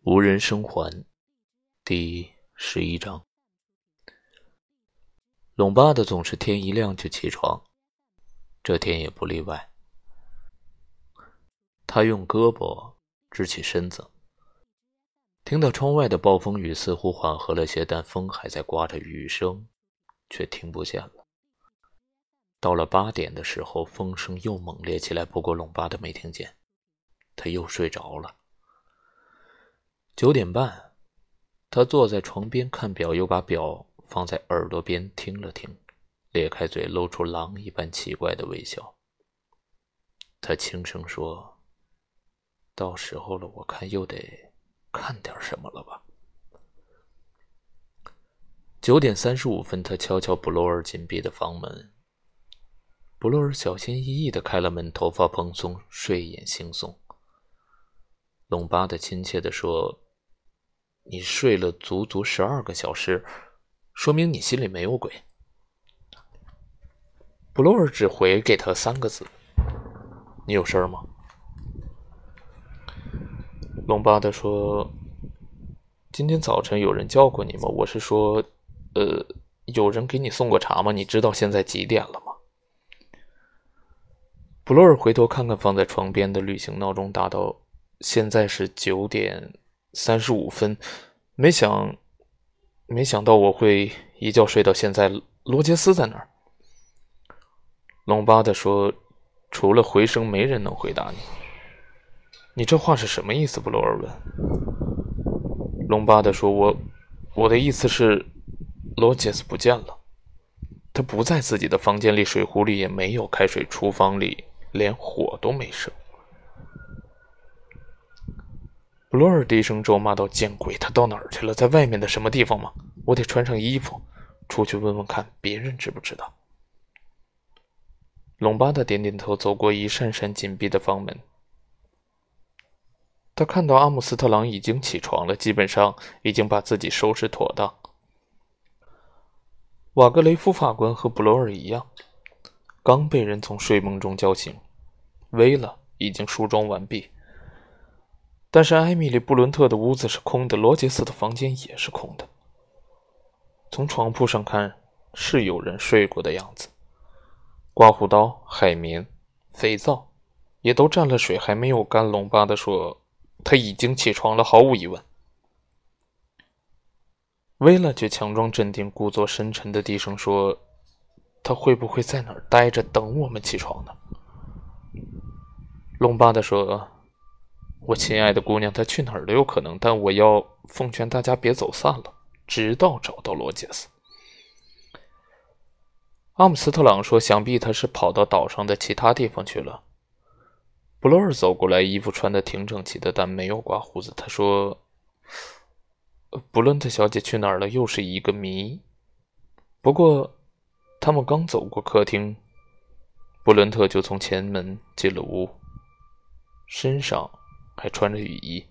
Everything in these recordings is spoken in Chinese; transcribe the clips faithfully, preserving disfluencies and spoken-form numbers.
无人生还第十一章。隆巴的总是天一亮就起床，这天也不例外。他用胳膊支起身子，听到窗外的暴风雨似乎缓和了些，但风还在刮着，雨声却听不见了。到了八点的时候，风声又猛烈起来，不过隆巴的没听见，他又睡着了。九点半，他坐在床边看表，又把表放在耳朵边听了听，咧开嘴露出狼一般奇怪的微笑。他轻声说，到时候了，我看又得看点什么了吧。九点三十五分，他敲敲布洛尔紧闭的房门。布洛尔小心翼翼地开了门，头发蓬松，睡眼惺忪。隆巴的亲切地说，你睡了足足十二个小时，说明你心里没有鬼。布洛尔只回给他三个字，你有事儿吗？隆巴的说，今天早晨有人叫过你吗？我是说呃，有人给你送过茶吗？你知道现在几点了吗？布洛尔回头看看放在床边的旅行闹钟，答道，现在是九点三十五分，没想没想到我会一觉睡到现在。罗杰斯在哪儿？隆巴的说，除了回声没人能回答你。你这话是什么意思？布洛尔问。隆巴的说，我我的意思是罗杰斯不见了，他不在自己的房间里，水壶里也没有开水，厨房里连火都没生。布洛尔低声咒骂道，见鬼，他到哪儿去了？在外面的什么地方吗？我得穿上衣服出去问问看，别人知不知道。隆巴的点点头，走过一扇扇紧闭的房门。他看到阿姆斯特朗已经起床了，基本上已经把自己收拾妥当。瓦格雷夫法官和布罗尔一样，刚被人从睡梦中叫醒。薇拉已经梳妆完毕，但是艾米丽·布伦特的屋子是空的，罗杰斯的房间也是空的。从床铺上看，是有人睡过的样子。刮胡刀、海绵、肥皂也都沾了水，还没有干。隆巴的说，他已经起床了，毫无疑问。薇拉却强装镇定，故作深沉的低声说，他会不会在哪儿待着等我们起床呢？隆巴的说，我亲爱的姑娘，他去哪儿都有可能，但我要奉劝大家别走散了，直到找到罗杰斯。阿姆斯特朗说，想必他是跑到岛上的其他地方去了。布洛尔走过来，衣服穿得挺整齐的，但没有刮胡子。他说，布伦特小姐去哪儿了？又是一个谜。不过他们刚走过客厅，布伦特就从前门进了屋，身上还穿着雨衣。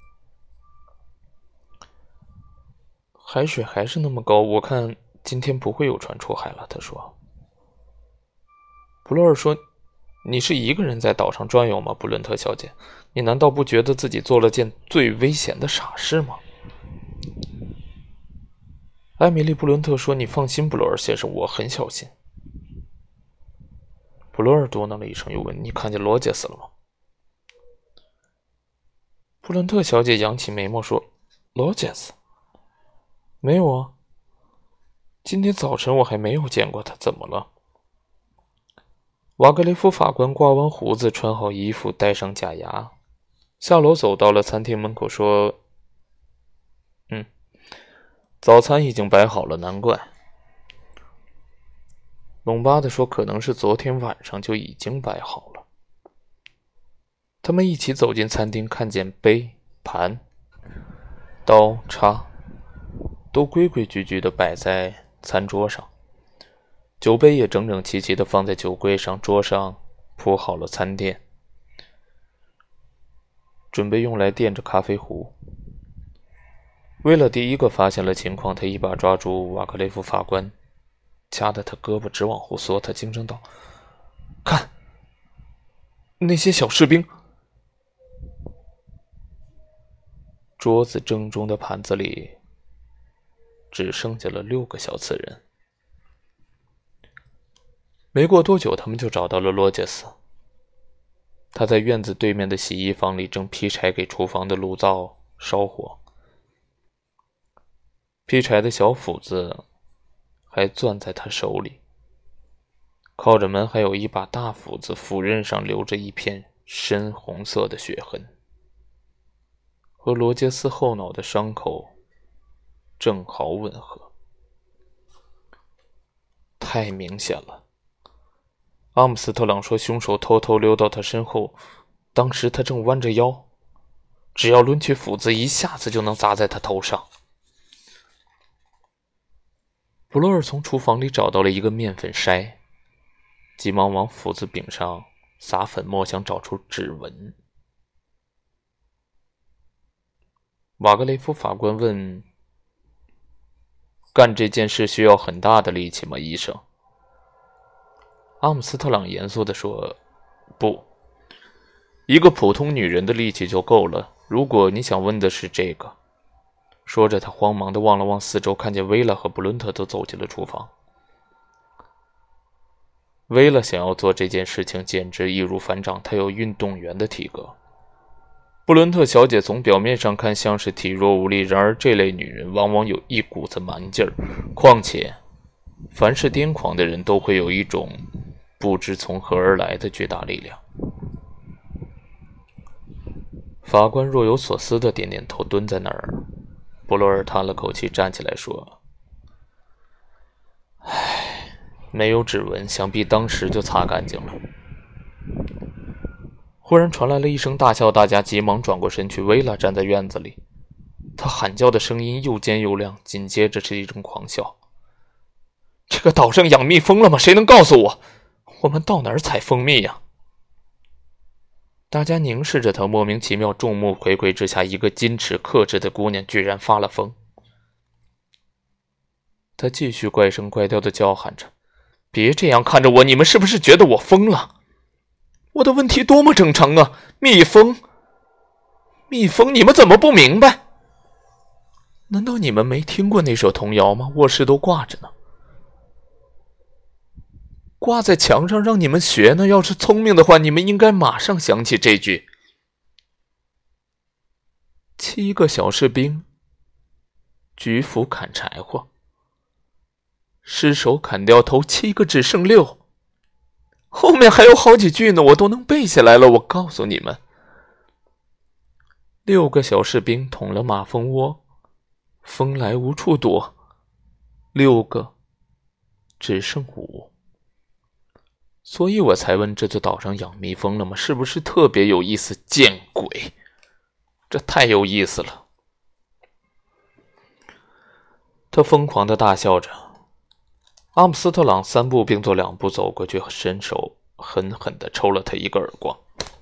海水还是那么高，我看今天不会有船出海了。他说。布洛尔说，你是一个人在岛上转悠吗？布伦特小姐，你难道不觉得自己做了件最危险的傻事吗？艾米丽·布伦特说，你放心，布洛尔先生，我很小心。布洛尔嘟囔了一声，又问，你看见罗杰斯了吗？布伦特小姐扬起眉毛说，罗杰斯？没有啊，今天早晨我还没有见过他，怎么了？瓦格雷夫法官刮完胡子，穿好衣服，戴上假牙，下楼走到了餐厅门口，说，嗯，早餐已经摆好了，难怪。隆巴的说，可能是昨天晚上就已经摆好了。他们一起走进餐厅，看见杯、盘、刀、叉都规规矩矩地摆在餐桌上，酒杯也整整齐齐地放在酒柜上，桌上铺好了餐垫，准备用来垫着咖啡壶。为了第一个发现了情况，他一把抓住瓦克雷夫法官，掐得他胳膊直往后缩。他惊声道，看，那些小士兵！ 桌子正中的盘子里只剩下了六个小刺人。没过多久，他们就找到了罗杰斯。他在院子对面的洗衣房里正劈柴给厨房的炉灶烧火，劈柴的小斧子还攥在他手里，靠着门还有一把大斧子，斧刃上留着一片深红色的血痕，和罗杰斯后脑的伤口正好吻合。太明显了。阿姆斯特朗说凶手偷偷溜到他身后，当时他正弯着腰，只要抡起斧子一下子就能砸在他头上。布洛尔从厨房里找到了一个面粉筛，急忙往斧子柄上撒粉末，想找出指纹。瓦格雷夫法官问：干这件事需要很大的力气吗，医生？阿姆斯特朗严肃地说：不，一个普通女人的力气就够了，如果你想问的是这个。说着他慌忙地望了望四周，看见薇拉和布伦特都走进了厨房。薇拉想要做这件事情简直易如反掌，她有运动员的体格。布伦特小姐从表面上看像是体弱无力，然而这类女人往往有一股子蛮劲儿，况且凡是癫狂的人都会有一种不知从何而来的巨大力量。法官若有所思地点点头，蹲在那儿。布洛尔叹了口气，站起来说：唉，没有指纹，想必当时就擦干净了。忽然传来了一声大笑，大家急忙转过身去。薇拉站在院子里，她喊叫的声音又尖又亮，紧接着是一阵狂笑。这个岛上养蜜蜂了吗？谁能告诉我？我们到哪儿采蜂蜜呀？大家凝视着她，莫名其妙，众目睽睽之下，一个矜持克制的姑娘居然发了疯。她继续怪声怪调地叫喊着：别这样看着我，你们是不是觉得我疯了？我的问题多么正常啊！蜜蜂，蜜蜂，你们怎么不明白？难道你们没听过那首童谣吗？卧室都挂着呢，挂在墙上让你们学呢。要是聪明的话，你们应该马上想起这句：七个小士兵举斧砍柴火，失手砍掉头，七个只剩六。后面还有好几句呢，我都能背下来了。我告诉你们，六个小士兵捅了马蜂窝，蜂来无处躲，六个只剩五。所以我才问这座岛上养蜜蜂了吗？是不是特别有意思？见鬼，这太有意思了。他疯狂地大笑着。阿姆斯特朗三步并作两步走过去，伸手狠狠地抽了他一个耳光。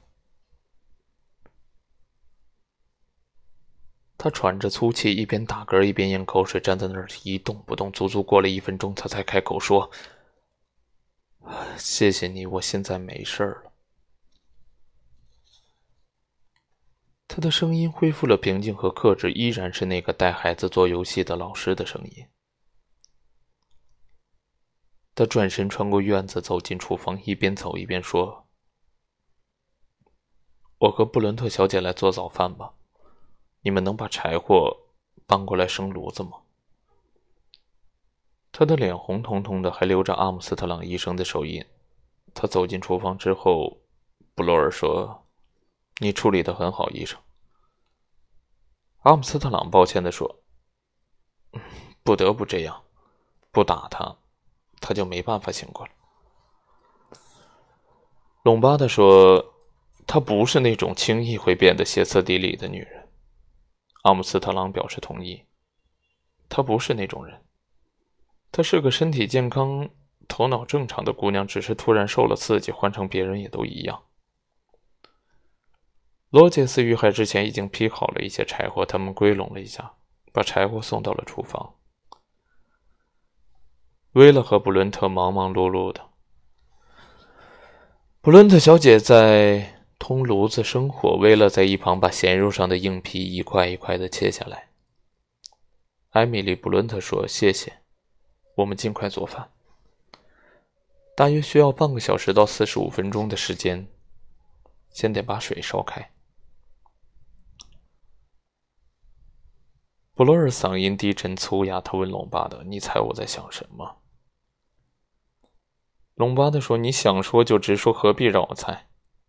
他喘着粗气，一边打嗝一边咽口水，站在那儿一动不动。足足过了一分钟，他才开口说：谢谢你，我现在没事了。他的声音恢复了平静和克制，依然是那个带孩子做游戏的老师的声音。他转身穿过院子走进厨房，一边走一边说：我和布伦特小姐来做早饭吧，你们能把柴火搬过来生炉子吗？他的脸红彤彤的，还留着阿姆斯特朗医生的手印。他走进厨房之后，布洛尔说：你处理得很好，医生。阿姆斯特朗抱歉地说：不得不这样，不打他他就没办法醒过来。隆巴德说：她不是那种轻易会变得歇斯底里的女人。阿姆斯特朗表示同意，她不是那种人，她是个身体健康头脑正常的姑娘，只是突然受了刺激，换成别人也都一样。罗杰斯遇害之前已经劈好了一些柴火，他们归拢了一下，把柴火送到了厨房。威勒和布伦特忙忙碌碌的。布伦特小姐在通炉子生火，威勒在一旁把咸肉上的硬皮一块一块的切下来。艾米丽·布伦特说：“谢谢，我们尽快做饭。大约需要半个小时到四十五分钟的时间，先得把水烧开。”布洛尔嗓音低沉粗哑，他问隆巴德：“你猜我在想什么？”隆巴德说：“你想说就直说，何必让我猜？”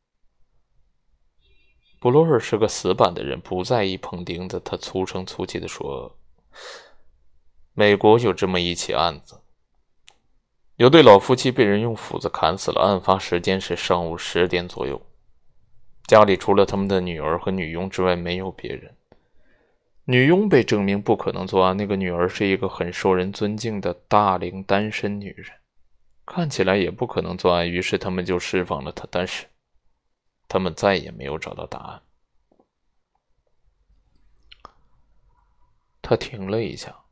布洛尔是个死板的人，不在意碰钉子。他粗声粗气地说：“美国有这么一起案子，有对老夫妻被人用斧子砍死了，案发时间是上午十点左右。家里除了他们的女儿和女佣之外没有别人。女佣被证明不可能作案，那个女儿是一个很受人尊敬的大龄单身女人，看起来也不可能作案，于是他们就释放了她，但是他们再也没有找到答案。”他停了一下。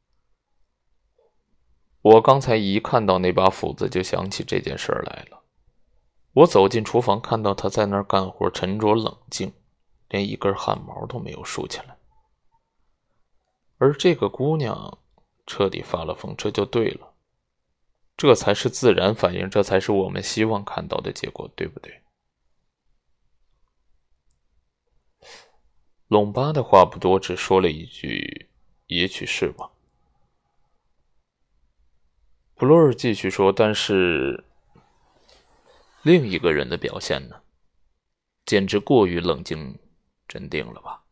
我刚才一看到那把斧子就想起这件事儿来了。我走进厨房，看到他在那儿干活，沉着冷静，连一根汗毛都没有竖起来。而这个姑娘彻底发了疯，这就对了，这才是自然反应，这才是我们希望看到的结果，对不对？隆巴的话不多，只说了一句：“也许是吧。”布洛尔继续说：“但是另一个人的表现呢？简直过于冷静镇定了吧？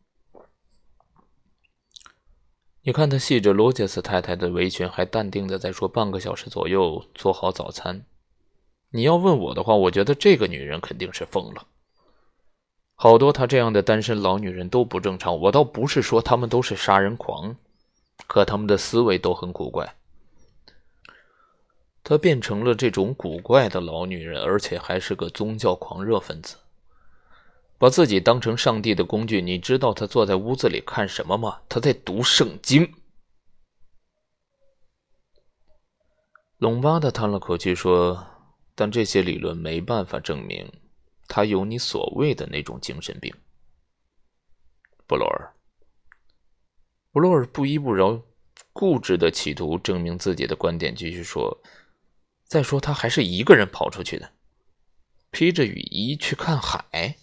你看他系着罗杰斯太太的围裙，还淡定的在说半个小时左右做好早餐。你要问我的话，我觉得这个女人肯定是疯了。好多她这样的单身老女人都不正常，我倒不是说她们都是杀人狂，可她们的思维都很古怪。她变成了这种古怪的老女人，而且还是个宗教狂热分子，把自己当成上帝的工具。你知道她坐在屋子里看什么吗？她在读圣经。”隆巴的叹了口气说：“但这些理论没办法证明她有你所谓的那种精神病。”布洛尔，布洛尔不依不饶，固执的企图证明自己的观点，继续说：“再说他还是一个人跑出去的，披着雨衣去看海。”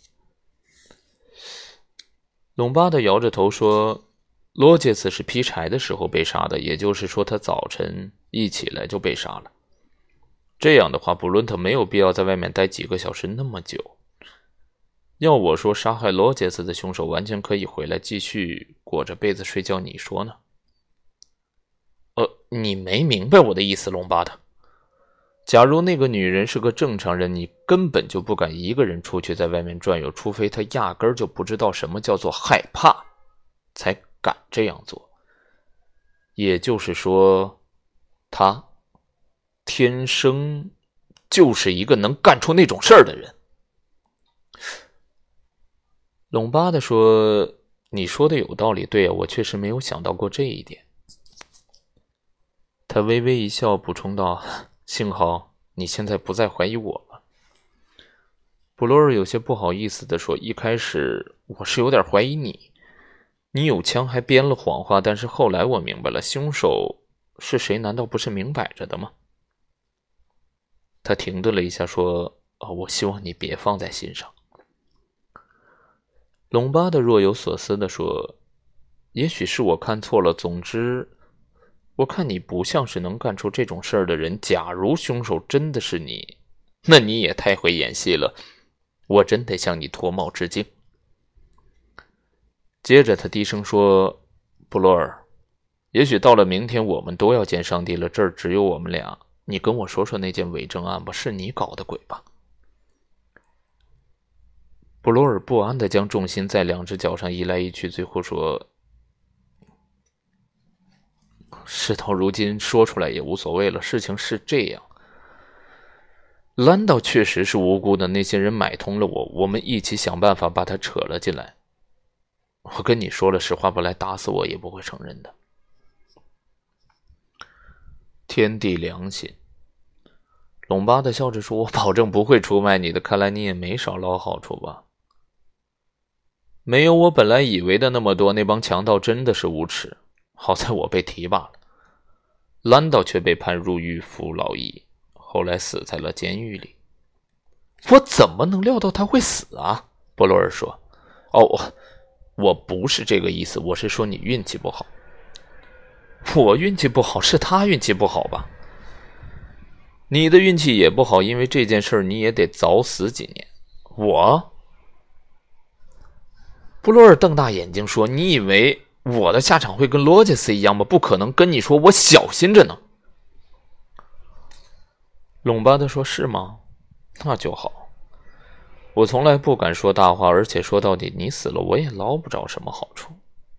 隆巴的摇着头说：“罗杰斯是劈柴的时候被杀的，也就是说他早晨一起来就被杀了。这样的话，布伦特没有必要在外面待几个小时那么久。要我说，杀害罗杰斯的凶手完全可以回来继续裹着被子睡觉，你说呢？”“呃，你没明白我的意思，隆巴的。假如那个女人是个正常人，你根本就不敢一个人出去在外面转悠，除非她压根儿就不知道什么叫做害怕，才敢这样做。也就是说，她天生就是一个能干出那种事儿的人。”隆巴的说：“你说的有道理，对啊，我确实没有想到过这一点。”他微微一笑，补充道：“幸好你现在不再怀疑我了。”布洛尔有些不好意思地说：“一开始我是有点怀疑你，你有枪还编了谎话，但是后来我明白了，凶手是谁难道不是明摆着的吗？”他停顿了一下说：“哦，我希望你别放在心上。”隆巴的若有所思地说：“也许是我看错了，总之我看你不像是能干出这种事儿的人。假如凶手真的是你，那你也太会演戏了，我真得向你脱帽致敬。”接着他低声说：“布洛尔，也许到了明天我们都要见上帝了，这儿只有我们俩，你跟我说说那件伪证案吧，是你搞的鬼吧？”布洛尔不安地将重心在两只脚上移来移去，最后说：“事到如今说出来也无所谓了，事情是这样，兰道确实是无辜的，那些人买通了我，我们一起想办法把他扯了进来。我跟你说了实话，本来打死我也不会承认的。”天地良心， 隆巴的笑着说：“我保证不会出卖你的，看来你也没少捞好处吧？”没有我本来以为的那么多，那帮强盗真的是无耻。好在我被提罢了。兰道却被判入狱服劳役，后来死在了监狱里。我怎么能料到他会死啊？博罗尔说。哦，我我不是这个意思，我是说你运气不好。我运气不好，是他运气不好吧？你的运气也不好，因为这件事你也得早死几年。我？布洛尔瞪大眼睛说：“你以为我的下场会跟罗杰斯一样吗？不可能，跟你说，我小心着呢。”隆巴德说：“是吗？那就好。我从来不敢说大话，而且说到底，你死了我也捞不着什么好处。”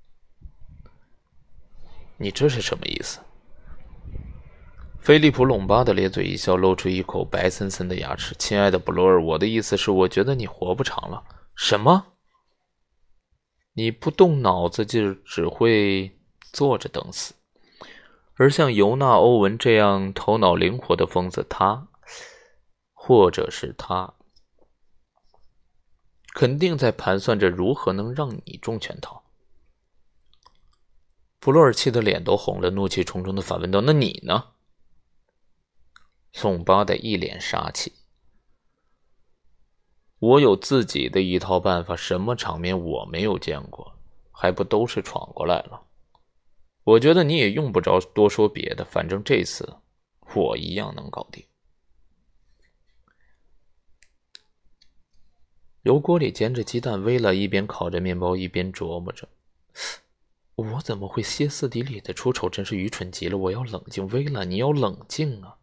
你这是什么意思？菲利普·隆巴德咧嘴一笑，露出一口白森森的牙齿。“亲爱的布罗尔，我的意思是，我觉得你活不长了。”什么？你不动脑子就只会坐着等死，而像尤纳·欧文这样头脑灵活的疯子，他或者是他肯定在盘算着如何能让你中圈套。布洛尔气得脸都红了，怒气冲冲地反问道：“那你呢？”宋巴的一脸杀气：“我有自己的一套办法，什么场面我没有见过，还不都是闯过来了？我觉得你也用不着多说别的，反正这次我一样能搞定。”油锅里煎着鸡蛋，薇拉一边烤着面包一边琢磨着：“我怎么会歇斯底里的出丑？真是愚蠢极了！我要冷静，薇拉，你要冷静啊！”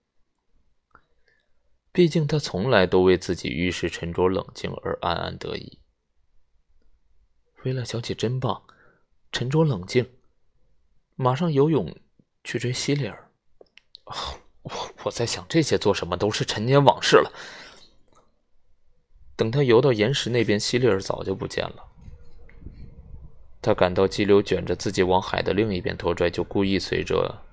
毕竟他从来都为自己遇事沉着冷静而暗暗得意。薇拉小姐真棒，沉着冷静，马上游泳去追希利尔。哦，我我在想这些做什么，都是陈年往事了。等他游到岩石那边，希利尔早就不见了。他感到激流卷着自己往海的另一边拖拽，就故意随着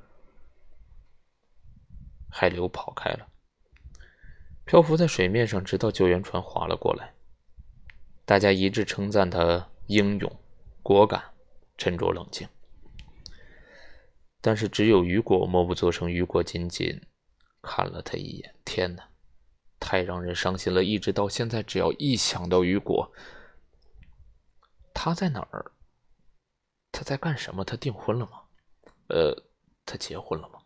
海流跑开了，漂浮在水面上，直到救援船划了过来。大家一致称赞他英勇、果敢、沉着冷静。但是只有雨果默不作声，雨果仅仅看了他一眼。天哪，太让人伤心了！一直到现在，只要一想到雨果，他在哪儿？他在干什么？他订婚了吗？呃，他结婚了吗？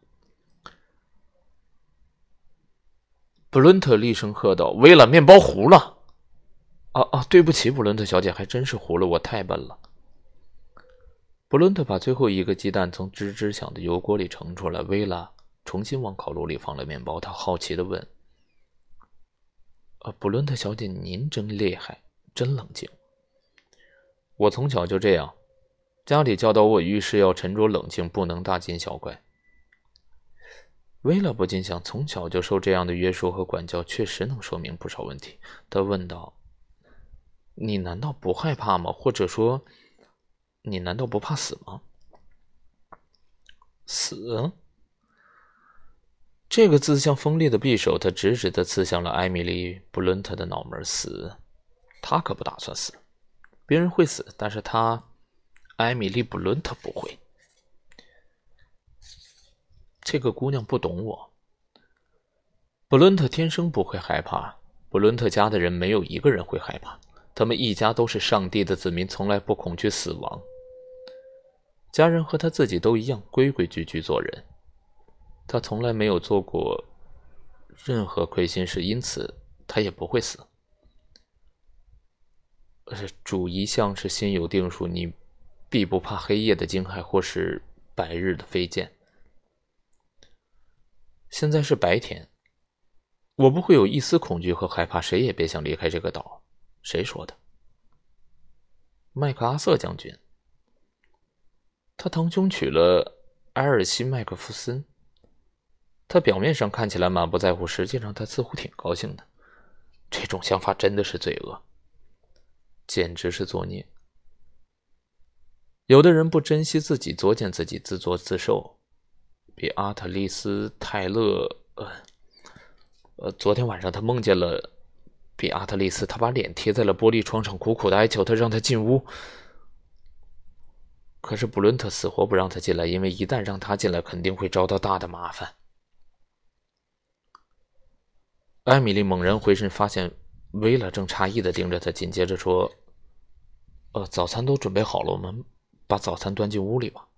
布伦特厉声喝道：“薇拉，面包糊了！”啊啊，对不起，布伦特小姐，还真是糊了，我太笨了。布伦特把最后一个鸡蛋从吱吱响的油锅里盛出来，薇拉重新往烤炉里放了面包。她好奇地问：“啊，布伦特小姐，您真厉害，真冷静。我从小就这样，家里教导我遇事要沉着冷静，不能大惊小怪。”薇拉不禁想，从小就受这样的约束和管教，确实能说明不少问题。他问道：“你难道不害怕吗？或者说，你难道不怕死吗？”死？这个字像锋利的匕首，他直直地刺向了艾米丽·布伦特的脑门。死？他可不打算死。别人会死，但是他，艾米丽·布伦特不会。这个姑娘不懂我。布伦特天生不会害怕，布伦特家的人没有一个人会害怕，他们一家都是上帝的子民，从来不恐惧死亡。家人和他自己都一样，规规矩矩做人。他从来没有做过任何亏心事，因此他也不会死。主一向是心有定数，你必不怕黑夜的惊骇或是白日的飞剑。现在是白天，我不会有一丝恐惧和害怕，谁也别想离开这个岛。谁说的？麦克阿瑟将军。他堂兄娶了埃尔西·麦克夫森。他表面上看起来满不在乎，实际上他似乎挺高兴的。这种想法真的是罪恶，简直是作孽。有的人不珍惜自己，作践自己，自作自受。比阿特丽斯·泰勒，呃， 呃，昨天晚上他梦见了比阿特丽斯，他把脸贴在了玻璃窗上，苦苦的哀求他让他进屋。可是布伦特死活不让他进来，因为一旦让他进来，肯定会遭到大的麻烦。艾米丽猛然回身，发现薇拉正诧异地盯着他，紧接着说：“呃，早餐都准备好了，我们把早餐端进屋里吧。”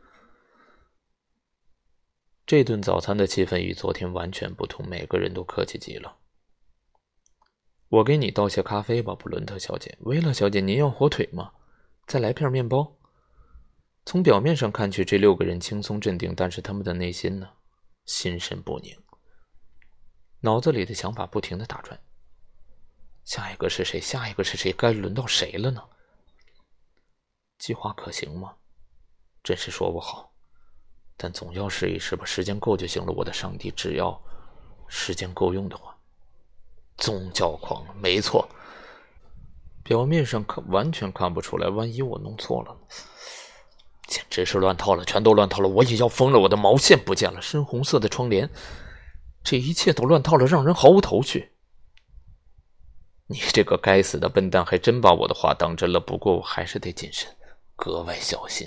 这顿早餐的气氛与昨天完全不同，每个人都客气极了。“我给你倒些咖啡吧，布伦特小姐。薇拉小姐，您要火腿吗？再来片面包。”从表面上看去，这六个人轻松镇定，但是他们的内心呢，心神不宁。脑子里的想法不停地打转，下一个是谁？下一个是谁？该轮到谁了呢？计划可行吗？真是说不好，但总要试一试吧。时间够就行了，我的上帝，只要时间够用的话。宗教狂，没错，表面上看完全看不出来，万一我弄错了，简直是乱套了，全都乱套了，我也要疯了，我的毛线不见了，深红色的窗帘，这一切都乱套了，让人毫无头绪。你这个该死的笨蛋，还真把我的话当真了，不过我还是得谨慎，格外小心。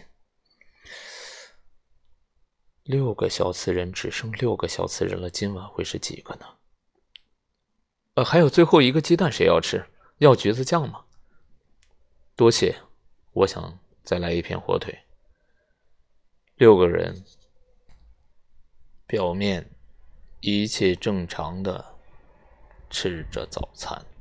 六个小瓷人，只剩六个小瓷人了，今晚会是几个呢？呃，还有最后一个鸡蛋，谁要吃？要橘子酱吗？多谢，我想再来一片火腿。六个人表面一切正常的吃着早餐。